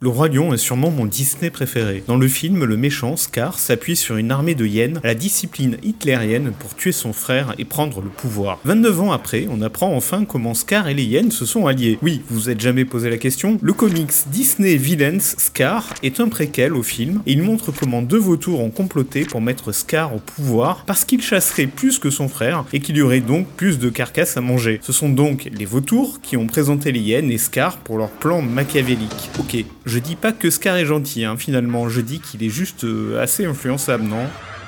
Le Roi Lion est sûrement mon Disney préféré. Dans le film, le méchant, Scar, s'appuie sur une armée de hyènes à la discipline hitlérienne pour tuer son frère et prendre le pouvoir. 29 ans après, on apprend enfin comment Scar et les hyènes se sont alliés. Oui, vous vous êtes jamais posé la question? Le comics Disney Villains Scar est un préquel au film et il montre comment deux vautours ont comploté pour mettre Scar au pouvoir parce qu'il chasserait plus que son frère et qu'il y aurait donc plus de carcasses à manger. Ce sont donc les vautours qui ont présenté les hyènes et Scar pour leur plan machiavélique. Ok, je dis pas que Scar est gentil, finalement, je dis qu'il est juste assez influençable, non?